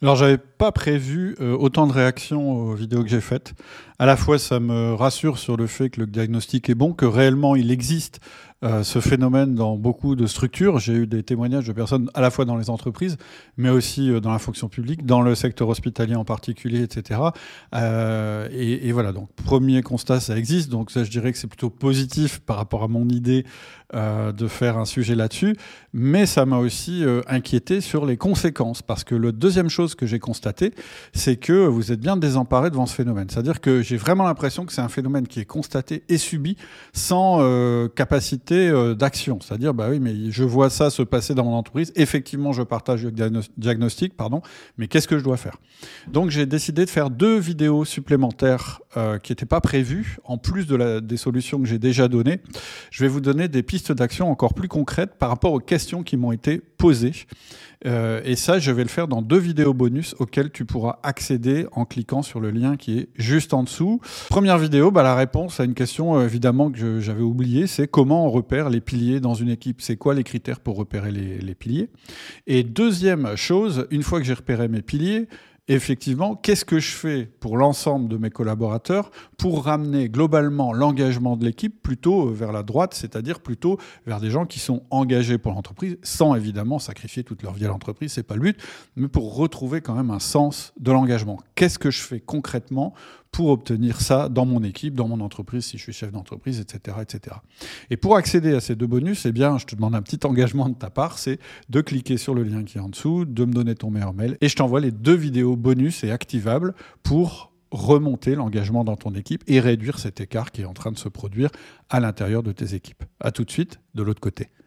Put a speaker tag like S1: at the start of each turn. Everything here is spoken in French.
S1: Alors, j'avais pas prévu autant de réactions aux vidéos que j'ai faites. À la fois, ça me rassure sur le fait que le diagnostic est bon, que réellement il existe ce phénomène dans beaucoup de structures. J'ai eu des témoignages de personnes à la fois dans les entreprises, mais aussi dans la fonction publique, dans le secteur hospitalier en particulier, etc. Et voilà, donc premier constat, ça existe. Donc ça, je dirais que c'est plutôt positif par rapport à mon idée de faire un sujet là-dessus. Mais ça m'a aussi inquiété sur les conséquences. Parce que la deuxième chose que j'ai constatée, c'est que vous êtes bien désemparés devant ce phénomène. C'est-à-dire que j'ai vraiment l'impression que c'est un phénomène qui est constaté et subi sans capacité d'action. C'est-à-dire, bah oui, mais je vois ça se passer dans mon entreprise. Effectivement, je partage le diagnostic, pardon, mais qu'est-ce que je dois faire? Donc, j'ai décidé de faire 2 vidéos supplémentaires qui n'étaient pas prévues, en plus des solutions que j'ai déjà données. Je vais vous donner des pistes d'action encore plus concrètes par rapport aux questions qui m'ont été posées. Et ça, je vais le faire dans 2 vidéos bonus auxquelles tu pourras accéder en cliquant sur le lien qui est juste en dessous. Première vidéo, la réponse à une question évidemment que j'avais oubliée, c'est comment on repère les piliers dans une équipe. C'est quoi les critères pour repérer les piliers? Et deuxième chose, une fois que j'ai repéré mes piliers, effectivement, qu'est-ce que je fais pour l'ensemble de mes collaborateurs pour ramener globalement l'engagement de l'équipe plutôt vers la droite, c'est-à-dire plutôt vers des gens qui sont engagés pour l'entreprise, sans évidemment sacrifier toute leur vie à l'entreprise, c'est pas le but, mais pour retrouver quand même un sens de l'engagement. Qu'est-ce que je fais concrètement pour obtenir ça dans mon équipe, dans mon entreprise, si je suis chef d'entreprise, etc., etc. Et pour accéder à ces 2 bonus, eh bien, je te demande un petit engagement de ta part, c'est de cliquer sur le lien qui est en dessous, de me donner ton meilleur mail, et je t'envoie les 2 vidéos bonus et activables pour remonter l'engagement dans ton équipe et réduire cet écart qui est en train de se produire à l'intérieur de tes équipes. À tout de suite, de l'autre côté.